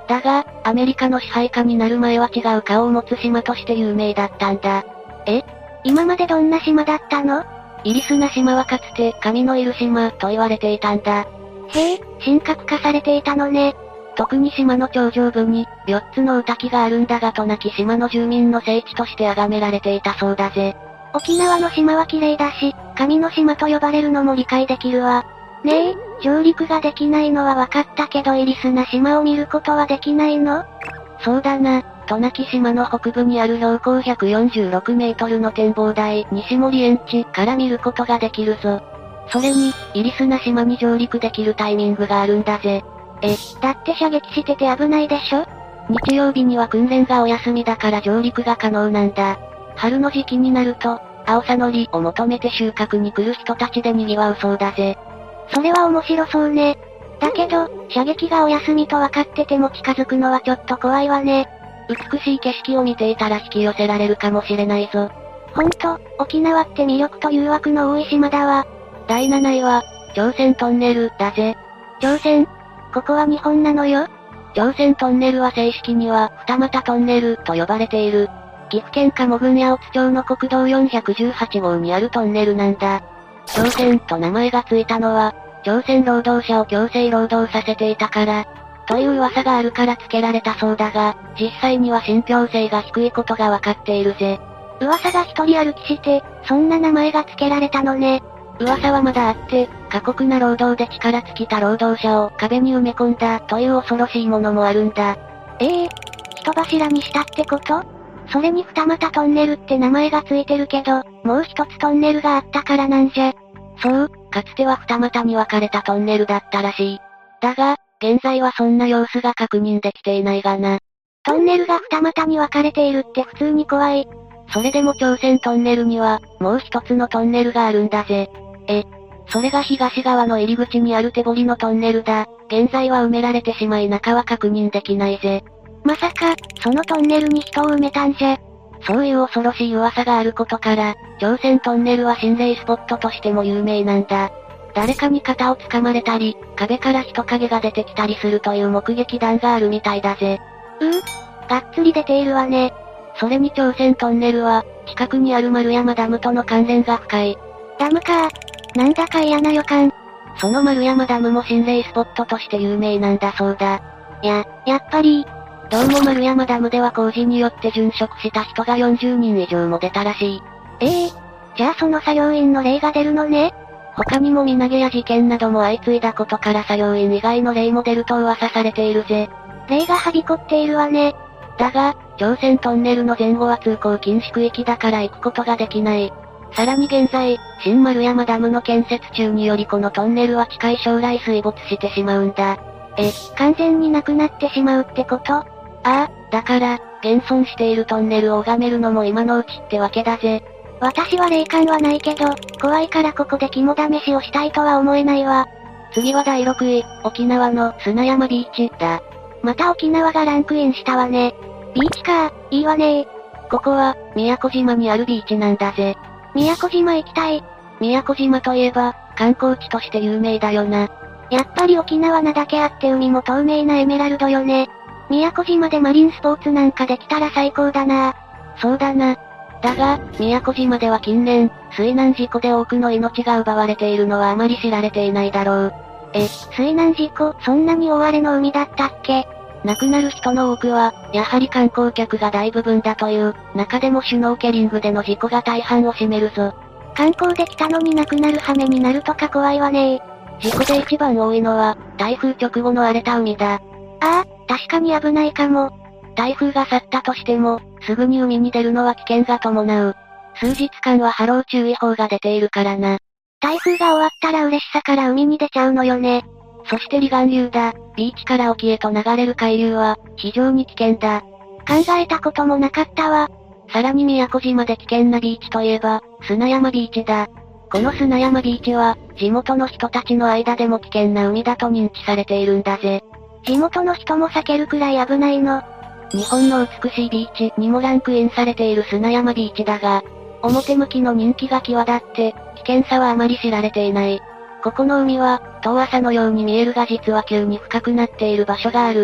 だが、アメリカの支配下になる前は違う顔を持つ島として有名だったんだ。 え？今までどんな島だったの？ イリスナ島はかつて神のいる島と言われていたんだ。 へえ、神格化されていたのね。 特に島の頂上部に、よっつの御滝があるんだがとなき島の住民の聖地として崇められていたそうだぜ。 沖縄の島は綺麗だし、神の島と呼ばれるのも理解できるわ。ねえ、上陸ができないのは分かったけどイリスナ島を見ることはできないの？ そうだな、渡名喜島の北部にある標高ひゃくよんじゅうろくメートルの展望台、西森園地から見ることができるぞ。それに、イリスナ島に上陸できるタイミングがあるんだぜ。 え、だって射撃してて危ないでしょ？ 日曜日には訓練がお休みだから上陸が可能なんだ。春の時期になると、青さのりを求めて収穫に来る人たちで賑わうそうだぜ。 それは面白そうね。だけど、射撃がお休みと分かってても近づくのはちょっと怖いわね。 美しい景色を見ていたら引き寄せられるかもしれないぞ。 ほんと、沖縄って魅力と誘惑の多い島だわ。 だいなないは、朝鮮トンネルだぜ。 朝鮮？ここは日本なのよ。 朝鮮トンネルは正式には、二俣トンネルと呼ばれている。岐阜県加茂郡八百津町の国道よんひゃくじゅうはち号にあるトンネルなんだ。朝鮮と名前がついたのは、朝鮮労働者を強制労働させていたから、という噂があるから付けられたそうだが、実際には信憑性が低いことがわかっているぜ。 噂が一人歩きして、そんな名前が付けられたのね。 噂はまだあって、過酷な労働で力尽きた労働者を壁に埋め込んだという恐ろしいものもあるんだ。 ええー、人柱にしたってこと？それに二俣トンネルって名前がついてるけど、もう一つトンネルがあったからなんじゃ。 そう、かつては二股に分かれたトンネルだったらしい。だが、現在はそんな様子が確認できていないがな。 トンネルが二股に分かれているって普通に怖い。 それでも朝鮮トンネルには、もう一つのトンネルがあるんだぜ。え、それが東側の入り口にある手堀のトンネルだ。現在は埋められてしまい中は確認できないぜ。 まさか、そのトンネルに人を埋めたんじゃ。 そういう恐ろしい噂があることから、朝鮮トンネルは心霊スポットとしても有名なんだ。誰かに肩を掴まれたり、壁から人影が出てきたりするという目撃談があるみたいだぜ。 うー、がっつり出ているわね。 それに朝鮮トンネルは、近くにある丸山ダムとの関連が深い。 ダムか。なんだか嫌な予感。 その丸山ダムも心霊スポットとして有名なんだそうだ。 や、やっぱり。 どうも丸山ダムでは工事によって殉職した人がよんじゅうにん以上も出たらしい。 ええー、じゃあその作業員の例が出るのね。 他にも身投げや事件なども相次いだことから作業員以外の例も出ると噂されているぜ。 例がはびこっているわね。 だが、朝鮮トンネルの前後は通行禁止区域だから行くことができない。さらに現在、新丸山ダムの建設中によりこのトンネルは近い将来水没してしまうんだ。 え、完全になくなってしまうってこと？ ああ、だから、現存しているトンネルを拝めるのも今のうちってわけだぜ。 私は霊感はないけど、怖いからここで肝試しをしたいとは思えないわ。 次はだいろくい、沖縄の砂山ビーチだ。 また沖縄がランクインしたわね。ビーチか、いいわねー。 ここは、宮古島にあるビーチなんだぜ。 宮古島行きたい。 宮古島といえば、観光地として有名だよな。 やっぱり沖縄なだけあって海も透明なエメラルドよね。宮古島でマリンスポーツなんかできたら最高だな。 そうだな。だが、宮古島では近年、水難事故で多くの命が奪われているのはあまり知られていないだろう。 え、水難事故、そんなに大荒れの海だったっけ？ 亡くなる人の多くは、やはり観光客が大部分だという、中でもシュノーケリングでの事故が大半を占めるぞ。 観光できたのに亡くなる羽目になるとか怖いわねー。事故で一番多いのは、台風直後の荒れた海だ。 ああ、確かに危ないかも。 台風が去ったとしても、すぐに海に出るのは危険が伴う。数日間は波浪注意報が出ているからな。 台風が終わったら嬉しさから海に出ちゃうのよね。 そして離岸流だ。ビーチから沖へと流れる海流は、非常に危険だ。 考えたこともなかったわ。 さらに宮古島で危険なビーチといえば、砂山ビーチだ。この砂山ビーチは、地元の人たちの間でも危険な海だと認知されているんだぜ。 地元の人も避けるくらい危ないの。 日本の美しいビーチにもランクインされている砂山ビーチだが、表向きの人気が際立って、危険さはあまり知られていない。ここの海は、遠浅のように見えるが実は急に深くなっている場所がある。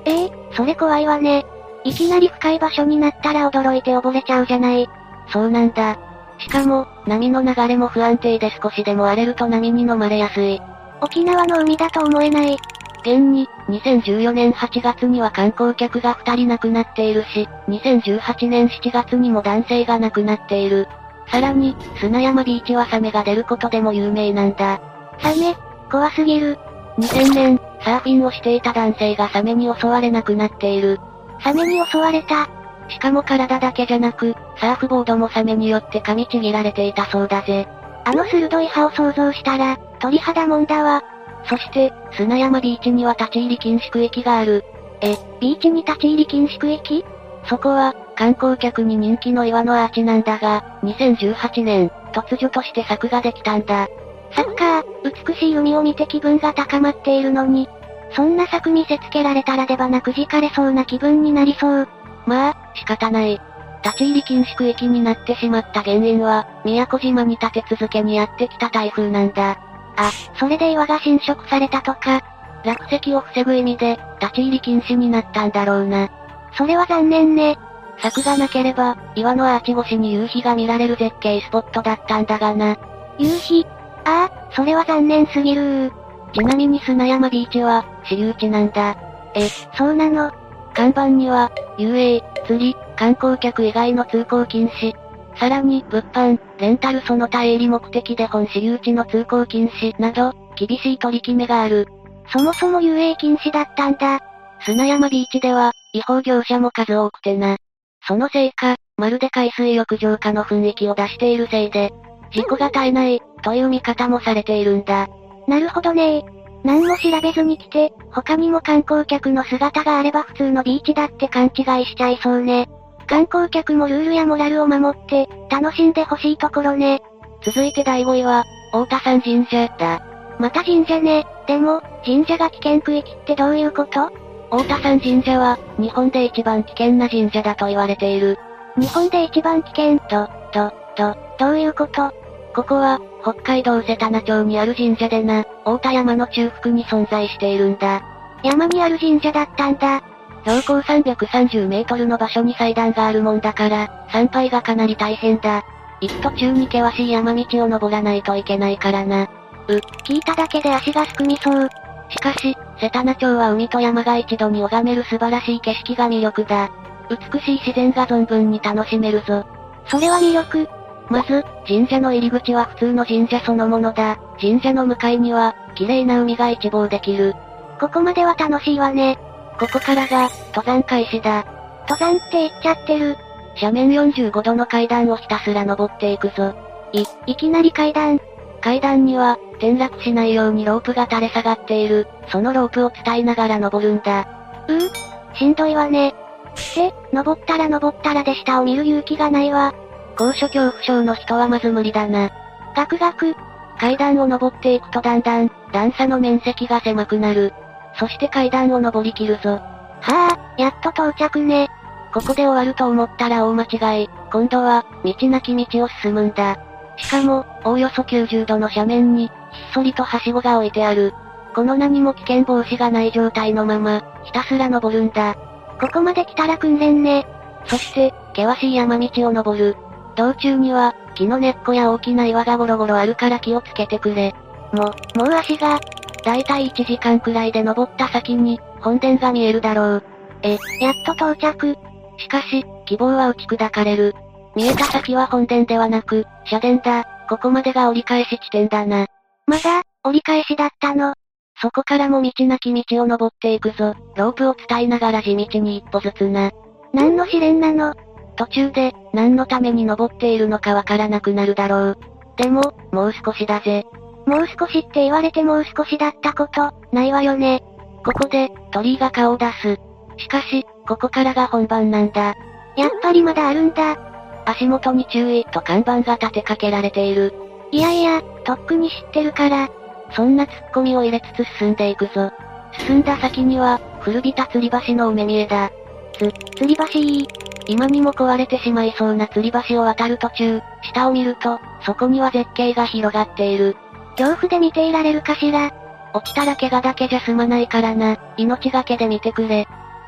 ええ、それ怖いわね。いきなり深い場所になったら驚いて溺れちゃうじゃない。 そうなんだ。しかも、波の流れも不安定で少しでも荒れると波に飲まれやすい。 沖縄の海だと思えない。 現に、にせんじゅうよねんはちがつには観光客がふたり亡くなっているし、にせんじゅうはちねんしちがつにも男性が亡くなっている。さらに、砂山ビーチはサメが出ることでも有名なんだ。 サメ、怖すぎる。 にせんねん、サーフィンをしていた男性がサメに襲われ亡くなっている。 サメに襲われた。 しかも体だけじゃなく、サーフボードもサメによって噛みちぎられていたそうだぜ。 あの鋭い歯を想像したら、鳥肌もんだわ。 そして、砂山ビーチには立ち入り禁止区域がある。 え、ビーチに立ち入り禁止区域？ そこは、観光客に人気の岩のアーチなんだが、にせんじゅうはちねん、突如として柵ができたんだ。 サッカー、美しい海を見て気分が高まっているのに、そんな柵見せつけられたら出花くじかれそうな気分になりそう。 まあ、仕方ない。立ち入り禁止区域になってしまった原因は、宮古島に立て続けにやってきた台風なんだ。 あ、それで岩が侵食されたとか。 落石を防ぐ意味で、立ち入り禁止になったんだろうな。 それは残念ね。 柵がなければ、岩のアーチ越しに夕日が見られる絶景スポットだったんだがな。 夕日？ああ、それは残念すぎるー。 ちなみに砂山ビーチは、私有地なんだ。 え、そうなの？ 看板には、遊泳、釣り、観光客以外の通行禁止。さらに、物販、レンタルその他営利目的で本私有地の通行禁止など、厳しい取り決めがある。 そもそも遊泳禁止だったんだ。 砂山ビーチでは、違法業者も数多くてな。そのせいか、まるで海水浴場化の雰囲気を出しているせいで、事故が絶えない、という見方もされているんだ。 なるほどねー。何も調べずに来て、他にも観光客の姿があれば普通のビーチだって勘違いしちゃいそうね。観光客もルールやモラルを守って、楽しんでほしいところね。 続いてだいごいは、太田山神社だ。 また神社ね。でも、神社が危険区域ってどういうこと？ 太田山神社は、日本で一番危険な神社だと言われている。 日本で一番危険と、と、と、どういうこと？ ここは、北海道瀬田名町にある神社でな、太田山の中腹に存在しているんだ。 山にある神社だったんだ。 標高さんびゃくさんじゅうメートルの場所に祭壇があるもんだから、参拝がかなり大変だ。行く途中に険しい山道を登らないといけないからな。 う、聞いただけで足がすくみそう。 しかし、瀬田名町は海と山が一度に拝める素晴らしい景色が魅力だ。美しい自然が存分に楽しめるぞ。 それは魅力。 まず、神社の入り口は普通の神社そのものだ。神社の向かいには、綺麗な海が一望できる。 ここまでは楽しいわね。 ここからが、登山開始だ。 登山って言っちゃってる。 斜面よんじゅうごどの階段をひたすら登っていくぞ。 い、いきなり階段。 階段には、転落しないようにロープが垂れ下がっている。そのロープを伝いながら登るんだ。 うー、しんどいわね。して、登ったら登ったらで下を見る勇気がないわ。 高所恐怖症の人はまず無理だな。 ガクガク。 階段を登っていくとだんだん、段差の面積が狭くなる。そして階段を登り切るぞ。 はぁ、やっと到着ね。 ここで終わると思ったら大間違い。今度は、道なき道を進むんだ。しかも、おおよそきゅうじゅうどの斜面に、ひっそりとはしごが置いてある。この何も危険防止がない状態のまま、ひたすら登るんだ。 ここまで来たら訓練ね。 そして、険しい山道を登る。道中には、木の根っこや大きな岩がゴロゴロあるから気をつけてくれ。 も、もう足が、 だいたいいちじかんくらいで登った先に、本殿が見えるだろう。 え、やっと到着。 しかし、希望は打ち砕かれる。見えた先は本殿ではなく、社殿だ。ここまでが折り返し地点だな。 まだ、折り返しだったの。 そこからも道なき道を登っていくぞ。ロープを伝いながら地道に一歩ずつな。 何の試練なの？ 途中で、何のために登っているのかわからなくなるだろう。でも、もう少しだぜ。 もう少しって言われてもう少しだったこと、ないわよね。 ここで、鳥居が顔を出す。しかし、ここからが本番なんだ。 やっぱりまだあるんだ。 足元に注意と看板が立てかけられている。 いやいや、とっくに知ってるから。 そんな突っ込みを入れつつ進んでいくぞ。進んだ先には、古びた吊り橋のお目見えだ。 つ、吊り橋いい。 今にも壊れてしまいそうな吊り橋を渡る途中、下を見ると、そこには絶景が広がっている。 恐怖で見ていられるかしら。 落ちたら怪我だけじゃ済まないからな、命がけで見てくれ。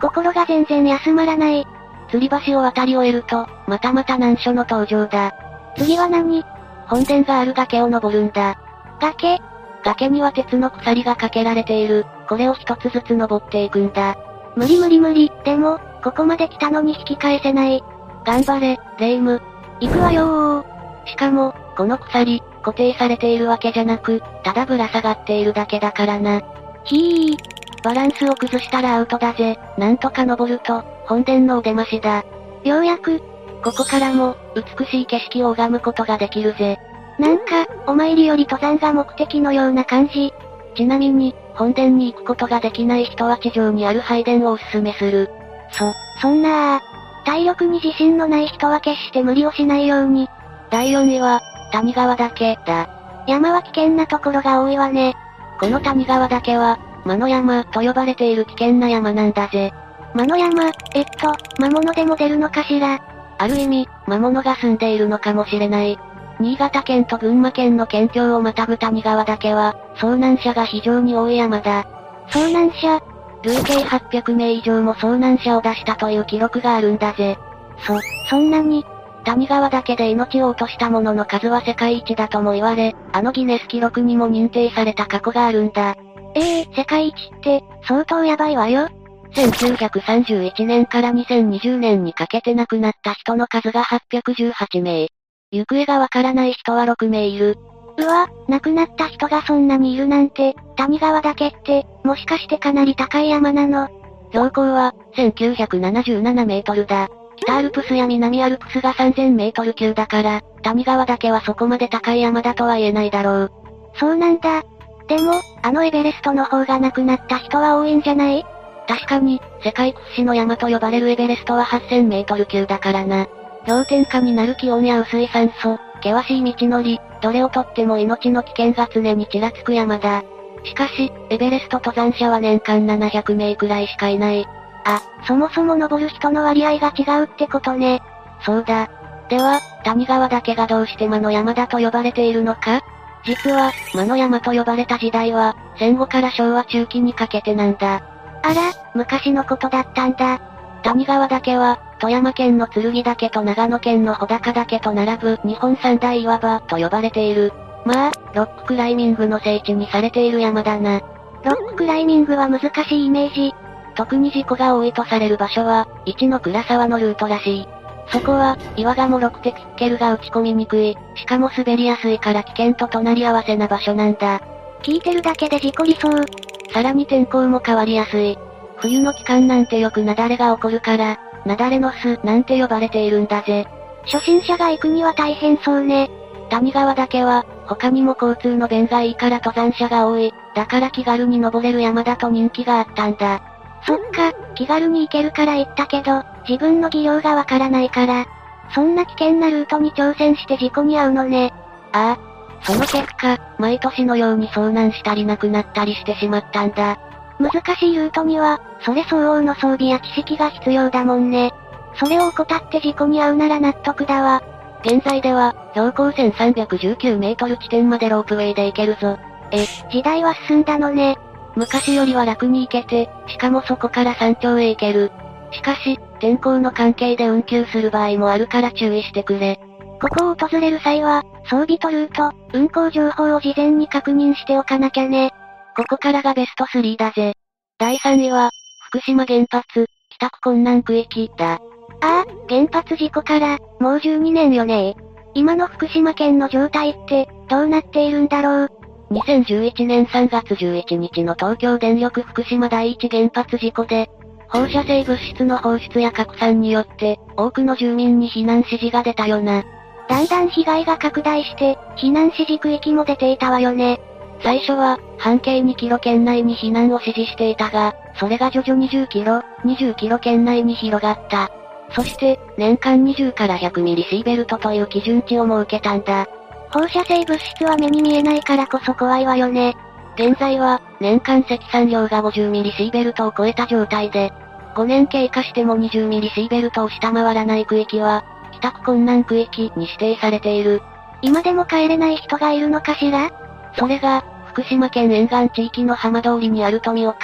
心が全然休まらない。 吊り橋を渡り終えると、またまた難所の登場だ。 次は何？ 本殿がある崖を登るんだ。 崖？ 崖には鉄の鎖がかけられている。これを一つずつ登っていくんだ。 無理無理無理。でも、ここまで来たのに引き返せない。 頑張れ、レイム。 行くわよー。 しかも、この鎖、固定されているわけじゃなく、ただぶら下がっているだけだからな。 ひー。 バランスを崩したらアウトだぜ。なんとか登ると、本殿のお出ましだ。 ようやく、 ここからも、美しい景色を拝むことができるぜ。 なんか、お参りより登山が目的のような感じ。 ちなみに、本殿に行くことができない人は地上にある拝殿をおすすめする。 そ、そんなー。体力に自信のない人は決して無理をしないように。 だいよんいは、谷川岳だ。 山は危険なところが多いわね。 この谷川岳は、魔の山と呼ばれている危険な山なんだぜ。 魔の山、えっと、魔物でも出るのかしら。 ある意味、魔物が住んでいるのかもしれない。新潟県と群馬県の県境をまたぐ谷川岳は、遭難者が非常に多い山だ。 遭難者？ 累計はっぴゃくめい以上も遭難者を出したという記録があるんだぜ。 そ、そんなに？ 谷川岳で命を落とした者の数は世界一だとも言われ、あのギネス記録にも認定された過去があるんだ。 ええー、世界一って、相当やばいわよ。 せんきゅうひゃくさんじゅういちねんからにせんにじゅうねんにかけて亡くなった人の数がはっぴゃくじゅうはちめい。行方がわからない人はろくめいいる。 うわ、亡くなった人がそんなにいるなんて、谷川岳って、もしかしてかなり高い山なの？ 標高は、せんきゅうひゃくななじゅうななメートルだ。北アルプスや南アルプスがさんぜんメートル級だから、谷川岳はそこまで高い山だとは言えないだろう。 そうなんだ。でも、あのエベレストの方が亡くなった人は多いんじゃない？ 確かに、世界屈指の山と呼ばれるエベレストははっせんメートル級だからな。氷点下になる気温や薄い酸素、険しい道のり、どれをとっても命の危険が常にちらつく山だ。しかし、エベレスト登山者は年間ななひゃくめいくらいしかいない。 あ、そもそも登る人の割合が違うってことね。 そうだ。では、谷川岳がどうして魔の山だと呼ばれているのか？実は、魔の山と呼ばれた時代は、戦後から昭和中期にかけてなんだ。 あら、昔のことだったんだ。 谷川岳は、富山県の剣岳と長野県の穂高岳と並ぶ日本三大岩場と呼ばれている。まあ、ロッククライミングの聖地にされている山だな。 ロッククライミングは難しいイメージ。 特に事故が多いとされる場所は、いちの倉沢のルートらしい。そこは、岩が脆くてピッケルが打ち込みにくい、しかも滑りやすいから危険と隣り合わせな場所なんだ。 聞いてるだけで事故りそう。 さらに天候も変わりやすい。冬の期間なんてよく雪崩が起こるから、雪崩の巣なんて呼ばれているんだぜ。 初心者が行くには大変そうね。 谷川岳は、他にも交通の便がいいから登山者が多い。だから気軽に登れる山だと人気があったんだ。 そっか、気軽に行けるから行ったけど、自分の技量がわからないから。そんな危険なルートに挑戦して事故に遭うのね。 ああ。その結果、毎年のように遭難したり亡くなったりしてしまったんだ。 難しいルートには、それ相応の装備や知識が必要だもんね。それを怠って事故に遭うなら納得だわ。 現在では、標高せんさんびゃくじゅうきゅうメートル地点までロープウェイで行けるぞ。 え、時代は進んだのね。 昔よりは楽に行けて、しかもそこから山頂へ行ける。しかし、天候の関係で運休する場合もあるから注意してくれ。 ここを訪れる際は、装備とルート、運行情報を事前に確認しておかなきゃね。 ここからがベストスリーだぜ。だいさんいは、福島原発、帰宅困難区域だ。 ああ、原発事故から、もうじゅうにねんよね。今の福島県の状態って、どうなっているんだろう。 にせんじゅういちねんさんがつじゅういちにちの東京電力福島第一原発事故で、放射性物質の放出や拡散によって、多くの住民に避難指示が出たよな。 だんだん被害が拡大して、避難指示区域も出ていたわよね。 最初は、半径にキロ圏内に避難を指示していたが、それが徐々にじゅっキロ、にじゅっキロ圏内に広がった。そして、年間にじゅうからひゃくミリシーベルトという基準値を設けたんだ。 放射性物質は目に見えないからこそ怖いわよね。 現在は、年間積算量がごじゅうミリシーベルトを超えた状態で、ごねん経過してもにじゅうミリシーベルトを下回らない区域は、帰宅困難区域に指定されている。 今でも帰れない人がいるのかしら？ それが、福島県沿岸地域の浜通りにある富岡、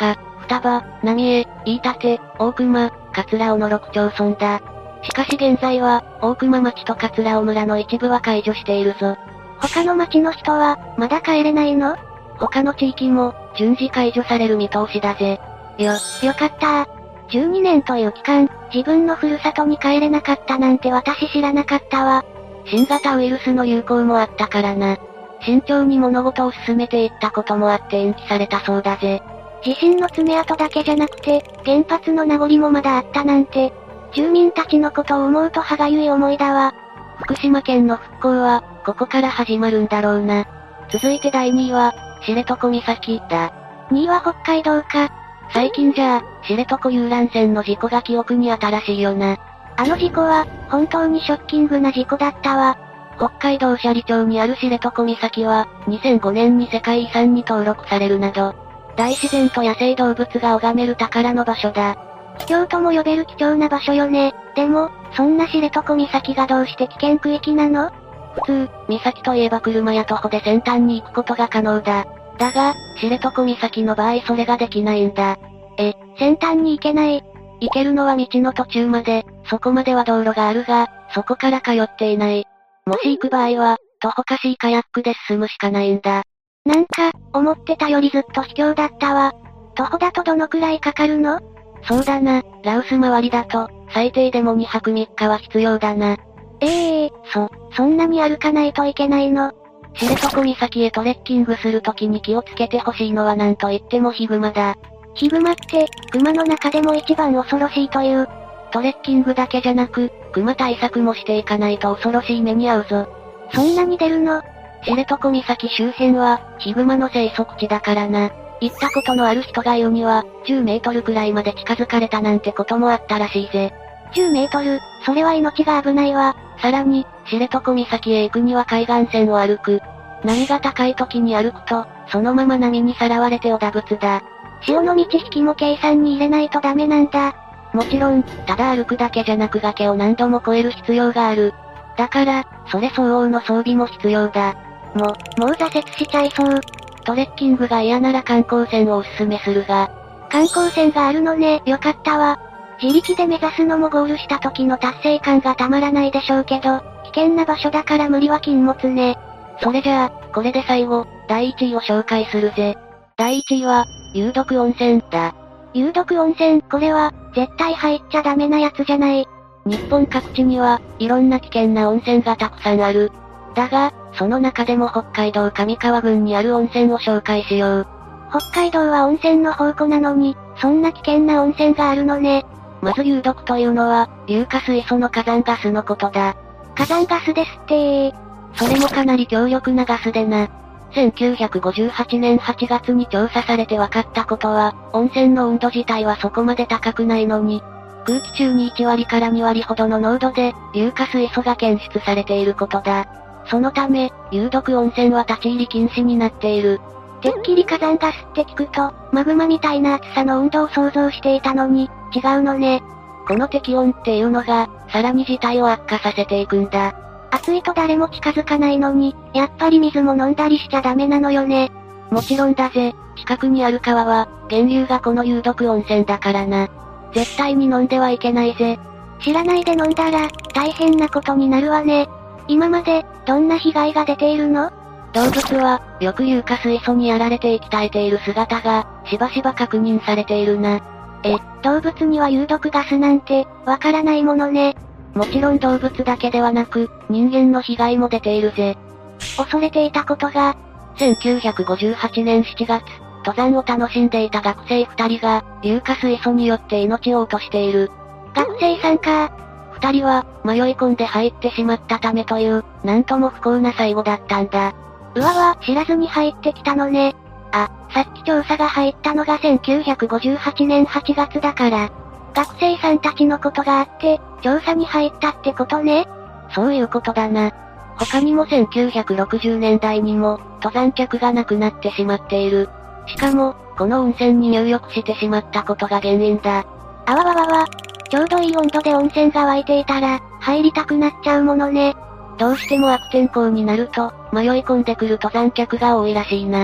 双葉、浪江、飯舘、大熊、桂尾のろく町村だ。しかし現在は、大熊町と桂尾村の一部は解除しているぞ。 他の町の人は、まだ帰れないの？ 他の地域も、順次解除される見通しだぜ。 よ、よかったじゅうにねんという期間、自分のふるさとに帰れなかったなんて私知らなかったわ。 新型ウイルスの流行もあったからな。慎重に物事を進めていったこともあって延期されたそうだぜ。 地震の爪痕だけじゃなくて、原発の名残もまだあったなんて、住民たちのことを思うと歯がゆい思いだわ。 福島県の復興は、ここから始まるんだろうな。続いてだいにいは、知床岬だ。 にいは北海道か。 最近じゃあ、知床遊覧船の事故が記憶に新しいよな。 あの事故は、本当にショッキングな事故だったわ。 北海道斜里町にある知床岬は、にせんごねんに世界遺産に登録されるなど、大自然と野生動物が拝める宝の場所だ。 秘境とも呼べる貴重な場所よね。でも、そんな知床岬がどうして危険区域なの？ 普通、岬といえば車や徒歩で先端に行くことが可能だ。だが、知床岬の場合それができないんだ。 え、先端に行けない？ 行けるのは道の途中まで、そこまでは道路があるが、そこから通っていない。もし行く場合は、徒歩かシーカヤックで進むしかないんだ。 なんか、思ってたよりずっと秘境だったわ。徒歩だとどのくらいかかるの？ そうだな、羅臼周りだと、最低でもにはくみっかは必要だな。 ええー、そ、そんなに歩かないといけないの？ 知床岬へトレッキングするときに気をつけてほしいのはなんといってもヒグマだ。 ヒグマって、クマの中でも一番恐ろしいという。 トレッキングだけじゃなく、クマ対策もしていかないと恐ろしい目に遭うぞ。 そんなに出るの？ 知床岬周辺は、ヒグマの生息地だからな。行ったことのある人が言うには、じゅうメートルくらいまで近づかれたなんてこともあったらしいぜ。 じゅうメートル、それは命が危ないわ。 さらに、知床岬へ行くには海岸線を歩く。波が高い時に歩くと、そのまま波にさらわれておだぶつだ。 潮の満ち引きも計算に入れないとダメなんだ。 もちろん、ただ歩くだけじゃなく崖を何度も越える必要がある。だから、それ相応の装備も必要だ。 も、もう挫折しちゃいそう。 トレッキングが嫌なら観光船をおすすめするが。 観光船があるのね、よかったわ。自力で目指すのもゴールした時の達成感がたまらないでしょうけど、危険な場所だから無理は禁物ね。 それじゃあ、これで最後、だいいちいを紹介するぜ。だいいちいは、有毒温泉だ。 有毒温泉、これは、絶対入っちゃダメなやつじゃない。 日本各地には、いろんな危険な温泉がたくさんある。だが、その中でも北海道上川郡にある温泉を紹介しよう。 北海道は温泉の宝庫なのに、そんな危険な温泉があるのね。 まず有毒というのは、硫化水素の火山ガスのことだ。 火山ガスですってー。 それもかなり強力なガスでな。せんきゅうひゃくごじゅうはちねんはちがつに調査されて分かったことは、温泉の温度自体はそこまで高くないのに、空気中にいちわりからにわりほどの濃度で、硫化水素が検出されていることだ。そのため、有毒温泉は立ち入り禁止になっている。 てっきり火山ガスって聞くと、マグマみたいな熱さの温度を想像していたのに、違うのね。 この適温っていうのが、さらに事態を悪化させていくんだ。 暑いと誰も近づかないのに、やっぱり水も飲んだりしちゃダメなのよね。 もちろんだぜ、近くにある川は、源流がこの有毒温泉だからな。絶対に飲んではいけないぜ。 知らないで飲んだら、大変なことになるわね。今まで、どんな被害が出ているの？ 動物は、よく硫化水素にやられて息絶えている姿が、しばしば確認されているな。 え、動物には有毒ガスなんて、わからないものね。 もちろん動物だけではなく、人間の被害も出ているぜ。 恐れていたことが、 せんきゅうひゃくごじゅうはちねんしちがつ、登山を楽しんでいた学生二人が、硫化水素によって命を落としている。 学生さんか。 二人は、迷い込んで入ってしまったためという、なんとも不幸な最後だったんだ。 うわわ、知らずに入ってきたのね。あ、さっき調査が入ったのがせんきゅうひゃくごじゅうはちねんはちがつだから、学生さんたちのことがあって、調査に入ったってことね。 そういうことだな。他にもせんきゅうひゃくろくじゅうねんだいにも、登山客が亡くなってしまっている。しかも、この温泉に入浴してしまったことが原因だ。 あわわわわ。ちょうどいい温度で温泉が湧いていたら、入りたくなっちゃうものね。 どうしても悪天候になると、迷い込んでくる登山客が多いらしいな。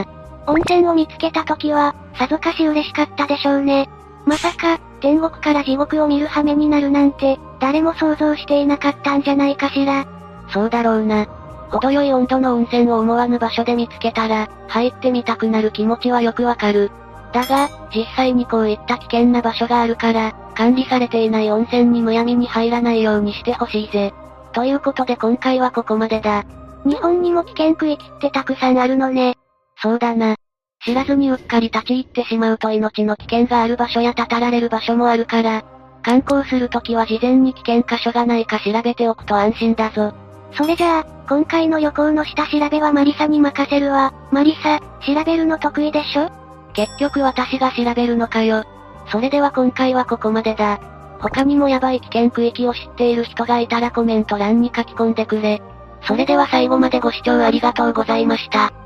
温泉を見つけた時は、さぞかし嬉しかったでしょうね。まさか、天国から地獄を見る羽目になるなんて、誰も想像していなかったんじゃないかしら。 そうだろうな。程よい温度の温泉を思わぬ場所で見つけたら、入ってみたくなる気持ちはよくわかる。だが、実際にこういった危険な場所があるから、管理されていない温泉にむやみに入らないようにしてほしいぜ。ということで今回はここまでだ。 日本にも危険区域ってたくさんあるのね。 そうだな。知らずにうっかり立ち入ってしまうと命の危険がある場所やたたられる場所もあるから、観光するときは事前に危険箇所がないか調べておくと安心だぞ。 それじゃあ、今回の旅行の下調べはマリサに任せるわ。マリサ、調べるの得意でしょ？ 結局私が調べるのかよ。それでは今回はここまでだ。他にもヤバい危険区域を知っている人がいたらコメント欄に書き込んでくれ。それでは最後までご視聴ありがとうございました。